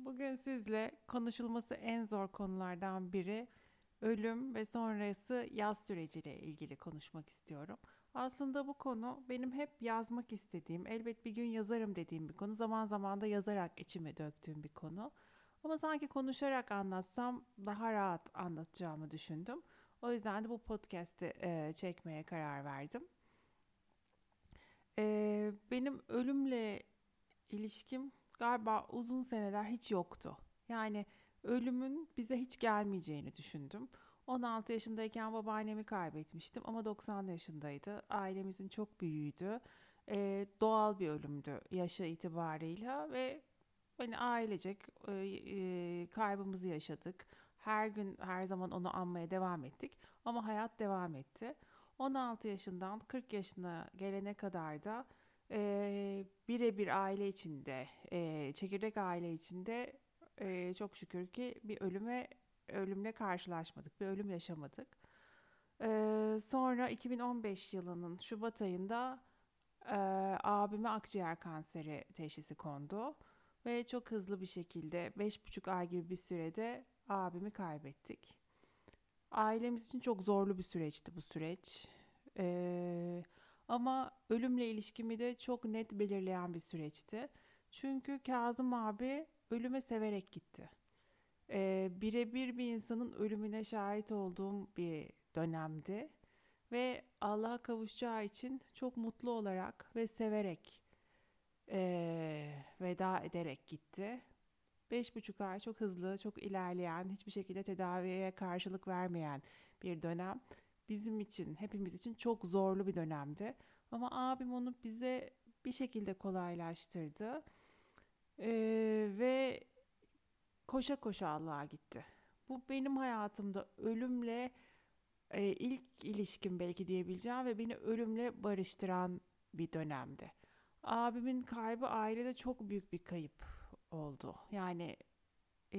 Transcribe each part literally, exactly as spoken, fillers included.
Bugün sizle konuşulması en zor konulardan biri ölüm ve sonrası yaz süreciyle ilgili konuşmak istiyorum. Aslında bu konu benim hep yazmak istediğim, elbet bir gün yazarım dediğim bir konu. Zaman zaman da yazarak içime döktüğüm bir konu. Ama sanki konuşarak anlatsam daha rahat anlatacağımı düşündüm. O yüzden de bu podcast'i e, çekmeye karar verdim. E, benim ölümle ilişkim galiba uzun seneler hiç yoktu. Yani ölümün bize hiç gelmeyeceğini düşündüm. on altı yaşındayken babaannemi kaybetmiştim ama doksan yaşındaydı. Ailemizin çok büyüğüydü. Ee, doğal bir ölümdü yaşa itibarıyla ve hani ailecek e, e, kaybımızı yaşadık. Her gün her zaman onu anmaya devam ettik ama hayat devam etti. on altı yaşından kırk yaşına gelene kadar da e, birebir aile içinde, e, çekirdek aile içinde e, çok şükür ki bir ölüme ölümle karşılaşmadık, bir ölüm yaşamadık. E, sonra iki bin on beş yılının Şubat ayında e, abime akciğer kanseri teşhisi kondu ve çok hızlı bir şekilde beş buçuk ay gibi bir sürede abimi kaybettik. Ailemiz için çok zorlu bir süreçti bu süreç. Ee, Ama ölümle ilişkimi de çok net belirleyen bir süreçti. Çünkü Kazım abi ölüme severek gitti. Ee, birebir bir insanın ölümüne şahit olduğum bir dönemdi. Ve Allah'a kavuşacağı için çok mutlu olarak ve severek ee, veda ederek gitti. Beş buçuk ay çok hızlı, çok ilerleyen, hiçbir şekilde tedaviye karşılık vermeyen bir dönem. Bizim için, hepimiz için çok zorlu bir dönemdi. Ama abim onu bize bir şekilde kolaylaştırdı. Ee, ve koşa koşa Allah'a gitti. Bu benim hayatımda ölümle e, ilk ilişkim belki diyebileceğim ve beni ölümle barıştıran bir dönemdi. Abimin kaybı ailede çok büyük bir kayıp oldu. Yani e,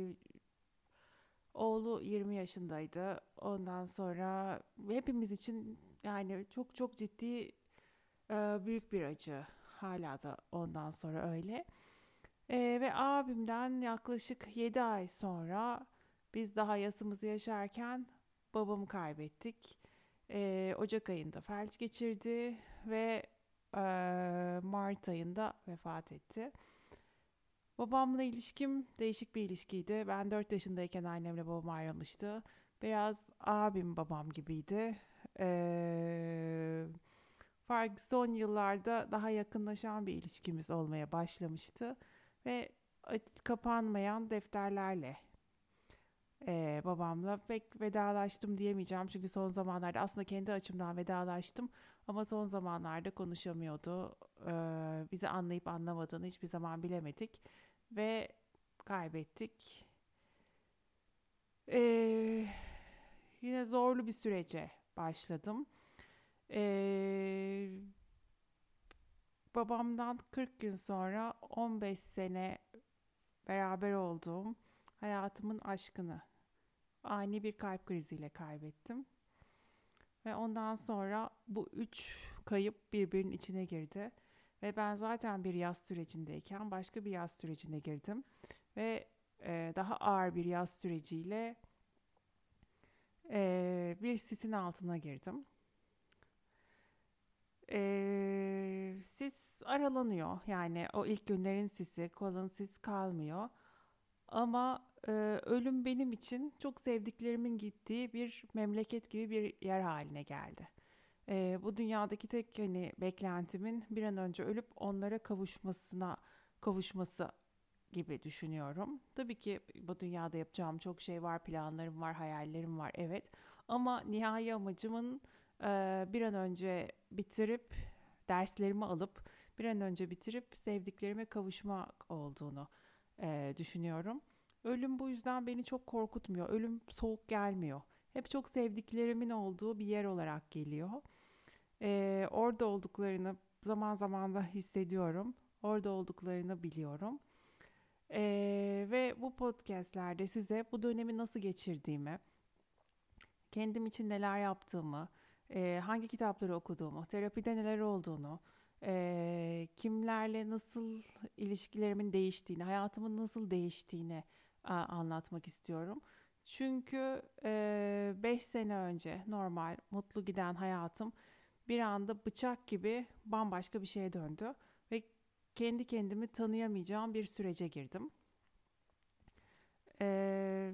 oğlu yirmi yaşındaydı. Ondan sonra hepimiz için yani çok çok ciddi e, büyük bir acı. Hala da ondan sonra öyle. E, ve abimden yaklaşık yedi ay sonra biz daha yasımızı yaşarken babamı kaybettik. E, Ocak ayında felç geçirdi ve e, Mart ayında vefat etti. Babamla ilişkim değişik bir ilişkiydi. Ben dört yaşındayken annemle babam ayrılmıştı. Biraz abim babam gibiydi. Ee, fark son yıllarda daha yakınlaşan bir ilişkimiz olmaya başlamıştı. Ve kapanmayan defterlerle ee, babamla pek vedalaştım diyemeyeceğim. Çünkü son zamanlarda aslında kendi açımdan vedalaştım. Ama son zamanlarda konuşamıyordu. Ee, bizi anlayıp anlamadığını hiçbir zaman bilemedik. Ve kaybettik. Ee, Yine zorlu bir sürece başladım. Ee, Babamdan kırk gün sonra on beş sene beraber olduğum hayatımın aşkını ani bir kalp kriziyle kaybettim. Ve ondan sonra bu üç kayıp birbirinin içine girdi. Ve ben zaten bir yaz sürecindeyken başka bir yaz sürecine girdim. Ve e, daha ağır bir yaz süreciyle e, bir sisin altına girdim. E, sis aralanıyor. Yani o ilk günlerin sisi, kalın sis kalmıyor. Ama e, ölüm benim için çok sevdiklerimin gittiği bir memleket gibi bir yer haline geldi. Ee, bu dünyadaki tek hani beklentimin bir an önce ölüp onlara kavuşmasına kavuşması gibi düşünüyorum. Tabii ki bu dünyada yapacağım çok şey var, planlarım var, hayallerim var, evet. Ama nihai amacımın e, bir an önce bitirip derslerimi alıp bir an önce bitirip sevdiklerime kavuşmak olduğunu e, düşünüyorum. Ölüm bu yüzden beni çok korkutmuyor. Ölüm soğuk gelmiyor. Hep çok sevdiklerimin olduğu bir yer olarak geliyor. Ee, orada olduklarını zaman zaman da hissediyorum. Orada olduklarını biliyorum. Ee, ve bu podcastlerde size bu dönemi nasıl geçirdiğimi, kendim için neler yaptığımı, e, hangi kitapları okuduğumu, terapide neler olduğunu, Ee, kimlerle nasıl ilişkilerimin değiştiğini, hayatımın nasıl değiştiğini a, anlatmak istiyorum. Çünkü beş sene önce normal, mutlu giden hayatım bir anda bıçak gibi bambaşka bir şeye döndü ve kendi kendimi tanıyamayacağım bir sürece girdim. Ee,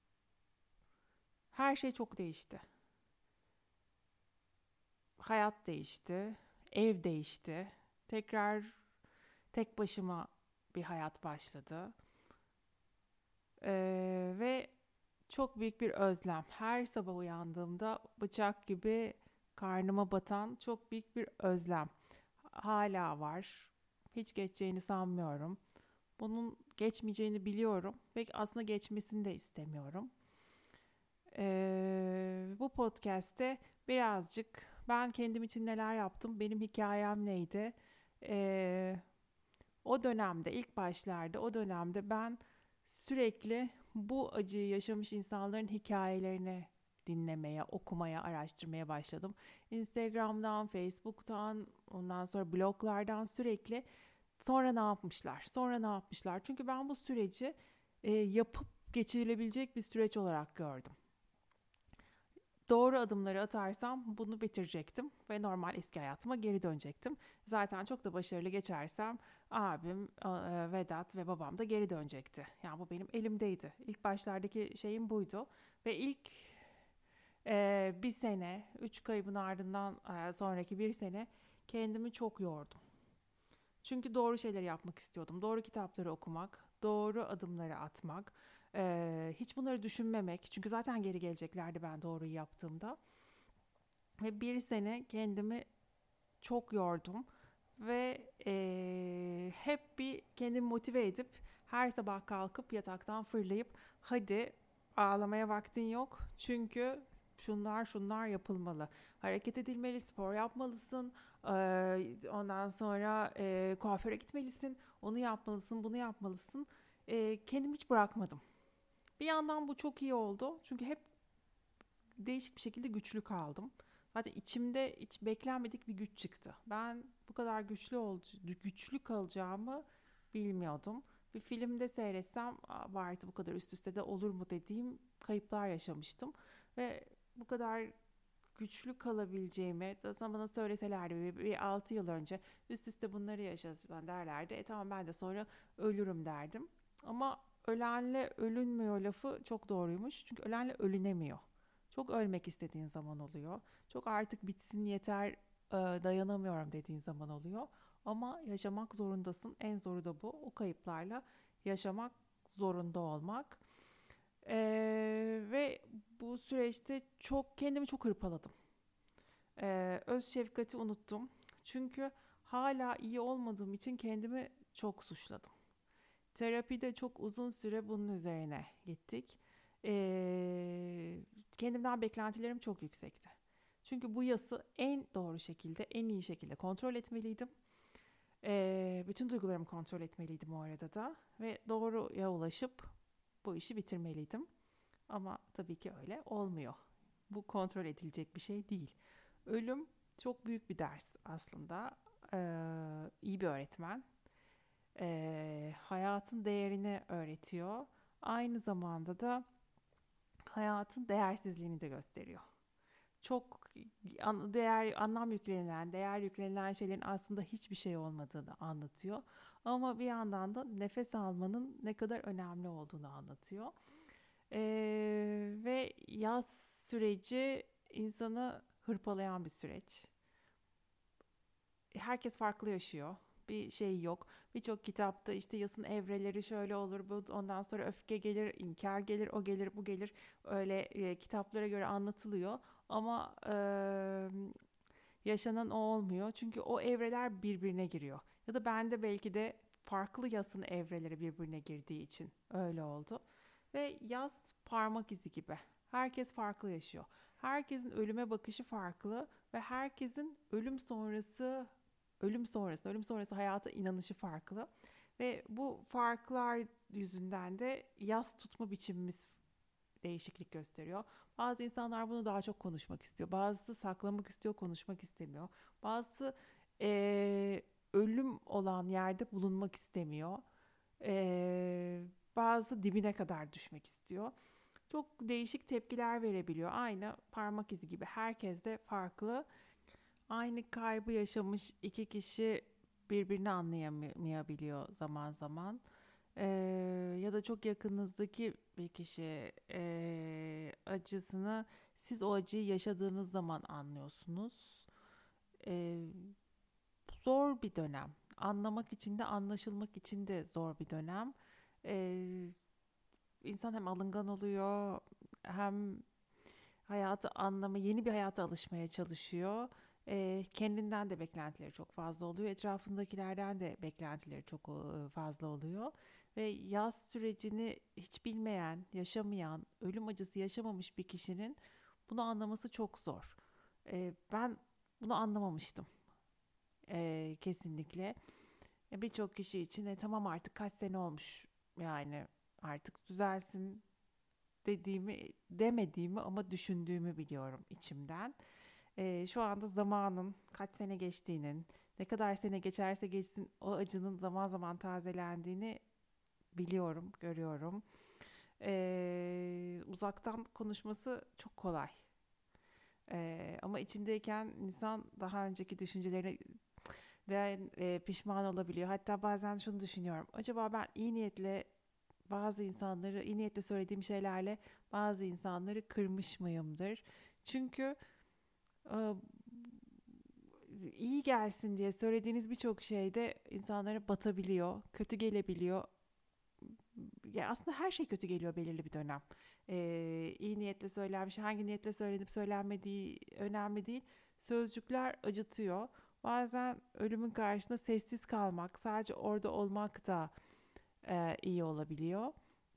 Her şey çok değişti. Hayat değişti, ev değişti. Tekrar tek başıma bir hayat başladı. Ee, ve çok büyük bir özlem. Her sabah uyandığımda bıçak gibi karnıma batan çok büyük bir özlem. Hala var. Hiç geçeceğini sanmıyorum. Bunun geçmeyeceğini biliyorum ve aslında geçmesini de istemiyorum. Ee, bu podcast'te birazcık ben kendim için neler yaptım, benim hikayem neydi? Ee, O dönemde, ilk başlarda o dönemde ben sürekli bu acıyı yaşamış insanların hikayelerini dinlemeye, okumaya, araştırmaya başladım. Instagram'dan, Facebook'tan, ondan sonra bloglardan sürekli sonra ne yapmışlar, sonra ne yapmışlar. Çünkü ben bu süreci e, yapıp geçirilebilecek bir süreç olarak gördüm. Doğru adımları atarsam bunu bitirecektim ve normal eski hayatıma geri dönecektim. Zaten çok da başarılı geçersem abim, e, Vedat ve babam da geri dönecekti. Yani bu benim elimdeydi. İlk başlardaki şeyim buydu ve ilk e, bir sene, üç kaybın ardından e, sonraki bir sene kendimi çok yordum. Çünkü doğru şeyleri yapmak istiyordum. Doğru kitapları okumak, doğru adımları atmak, eee, hiç bunları düşünmemek. Çünkü zaten geri geleceklerdi ben doğruyu yaptığımda. Ve bir sene kendimi çok yordum. Ve eee, hep bir kendimi motive edip her sabah kalkıp yataktan fırlayıp hadi ağlamaya vaktin yok. Çünkü şunlar şunlar yapılmalı. Hareket edilmeli, spor yapmalısın. Ee, ondan sonra e, kuaföre gitmelisin. Onu yapmalısın, bunu yapmalısın. Ee, kendimi hiç bırakmadım. Bir yandan bu çok iyi oldu. Çünkü hep değişik bir şekilde güçlü kaldım. Zaten içimde hiç beklenmedik bir güç çıktı. Ben bu kadar güçlü ol, güçlü kalacağımı bilmiyordum. Bir filmde seyretsem vardı bu kadar üst üste de olur mu dediğim kayıplar yaşamıştım. Ve bu kadar güçlü kalabileceğimi aslında bana söyleselerdi bir, bir altı yıl önce üst üste bunları yaşasan derlerdi. E tamam ben de sonra ölürüm derdim. Ama ölenle ölünmüyor lafı çok doğruymuş. Çünkü ölenle ölünemiyor. Çok ölmek istediğin zaman oluyor. Çok artık bitsin yeter e, dayanamıyorum dediğin zaman oluyor. Ama yaşamak zorundasın. En zoru da bu. O kayıplarla yaşamak zorunda olmak. Ee, ve bu süreçte çok kendimi çok hırpaladım. Ee, öz şefkati unuttum. Çünkü hala iyi olmadığım için kendimi çok suçladım. Terapide çok uzun süre bunun üzerine gittik. Ee, Kendimden beklentilerim çok yüksekti. Çünkü bu yası en doğru şekilde, en iyi şekilde kontrol etmeliydim. Ee, bütün duygularımı kontrol etmeliydim o arada da. Ve doğruya ulaşıp bu işi bitirmeliydim. Ama tabii ki öyle olmuyor. Bu kontrol edilecek bir şey değil. Ölüm çok büyük bir ders aslında. Ee, iyi bir öğretmen. Ee, hayatın değerini öğretiyor. Aynı zamanda da hayatın değersizliğini de gösteriyor. Çok değer, anlam yüklenilen, değer yüklenilen şeylerin aslında hiçbir şey olmadığını anlatıyor. Ama bir yandan da nefes almanın ne kadar önemli olduğunu anlatıyor. Ee, ve yaz süreci insanı hırpalayan bir süreç. Herkes farklı yaşıyor. Bir şey yok. Birçok kitapta işte yasın evreleri şöyle olur, bu ondan sonra öfke gelir, inkar gelir, o gelir, bu gelir. Öyle e, kitaplara göre anlatılıyor. Ama e, yaşanan o olmuyor. Çünkü o evreler birbirine giriyor. Ya da bende belki de farklı yasın evreleri birbirine girdiği için öyle oldu. Ve yaz parmak izi gibi. Herkes farklı yaşıyor. Herkesin ölüme bakışı farklı ve herkesin ölüm sonrası ölüm sonrası, ölüm sonrası hayata inanışı farklı. Ve bu farklar yüzünden de yas tutma biçimimiz değişiklik gösteriyor. Bazı insanlar bunu daha çok konuşmak istiyor. Bazısı saklamak istiyor, konuşmak istemiyor. Bazısı Ee, Ölüm olan yerde bulunmak istemiyor. Ee, Bazı dibine kadar düşmek istiyor. Çok değişik tepkiler verebiliyor. Aynı parmak izi gibi herkes de farklı. Aynı kaybı yaşamış iki kişi birbirini anlayamayabiliyor zaman zaman. Ee, Ya da çok yakınınızdaki bir kişi ee, acısını siz o acıyı yaşadığınız zaman anlıyorsunuz. Ee, Zor bir dönem. Anlamak için de anlaşılmak için de zor bir dönem. Ee, insan hem alıngan oluyor hem hayatı anlama, yeni bir hayata alışmaya çalışıyor. Ee, kendinden de beklentileri çok fazla oluyor. Etrafındakilerden de beklentileri çok e, fazla oluyor. Ve yaz sürecini hiç bilmeyen, yaşamayan, ölüm acısı yaşamamış bir kişinin bunu anlaması çok zor. Ee, ben bunu anlamamıştım ee, kesinlikle. E, Birçok kişi için e, tamam artık kaç sene olmuş yani artık düzelsin dediğimi demediğimi ama düşündüğümü biliyorum içimden. E, şu anda zamanın kaç sene geçtiğinin, ne kadar sene geçerse geçsin o acının zaman zaman tazelendiğini biliyorum, görüyorum. E, uzaktan konuşması çok kolay. E, ama içindeyken insan daha önceki düşüncelerine de e, pişman olabiliyor. Hatta bazen şunu düşünüyorum. Acaba ben iyi niyetle bazı insanları, iyi niyetle söylediğim şeylerle bazı insanları kırmış mıyımdır? Çünkü e, iyi gelsin diye söylediğiniz birçok şeyde insanlara batabiliyor, kötü gelebiliyor. Ya aslında her şey kötü geliyor belirli bir dönem. Ee, iyi niyetle söylenmiş, hangi niyetle söylenip söylenmediği önemli değil. Sözcükler acıtıyor. Bazen ölümün karşısında sessiz kalmak, sadece orada olmak da e, iyi olabiliyor.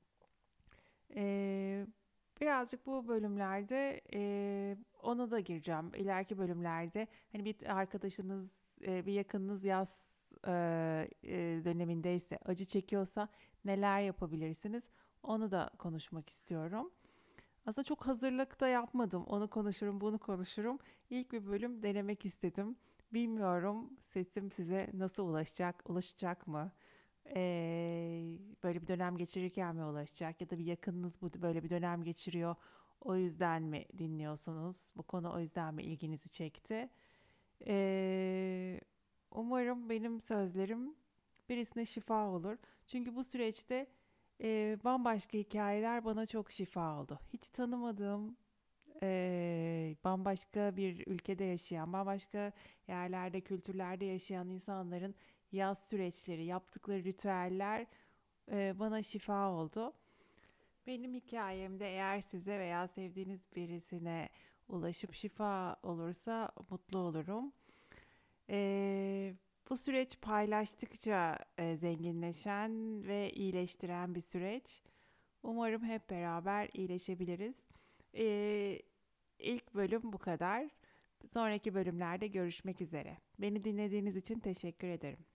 Ee, Birazcık bu bölümlerde e, ona da gireceğim. İleriki bölümlerde hani bir arkadaşınız, e, bir yakınınız yaz e, e, dönemindeyse, acı çekiyorsa neler yapabilirsiniz? Onu da konuşmak istiyorum. Aslında çok hazırlık da yapmadım. Onu konuşurum, bunu konuşurum. İlk bir bölüm denemek istedim. Bilmiyorum sesim size nasıl ulaşacak, ulaşacak mı? Ee, böyle bir dönem geçirirken mi ulaşacak ya da bir yakınınız bu böyle bir dönem geçiriyor. O yüzden mi dinliyorsunuz? Bu konu o yüzden mi ilginizi çekti? Ee, Umarım benim sözlerim birisine şifa olur. Çünkü bu süreçte e, bambaşka hikayeler bana çok şifa oldu. Hiç tanımadığım e, bambaşka bir ülkede yaşayan, bambaşka yerlerde, kültürlerde yaşayan insanların yaz süreçleri, yaptıkları ritüeller e, bana şifa oldu. Benim hikayemde eğer size veya sevdiğiniz birisine ulaşıp şifa olursa mutlu olurum. E, Bu süreç paylaştıkça e, zenginleşen ve iyileştiren bir süreç. Umarım hep beraber iyileşebiliriz. E, ilk bölüm bu kadar. Sonraki bölümlerde görüşmek üzere. Beni dinlediğiniz için teşekkür ederim.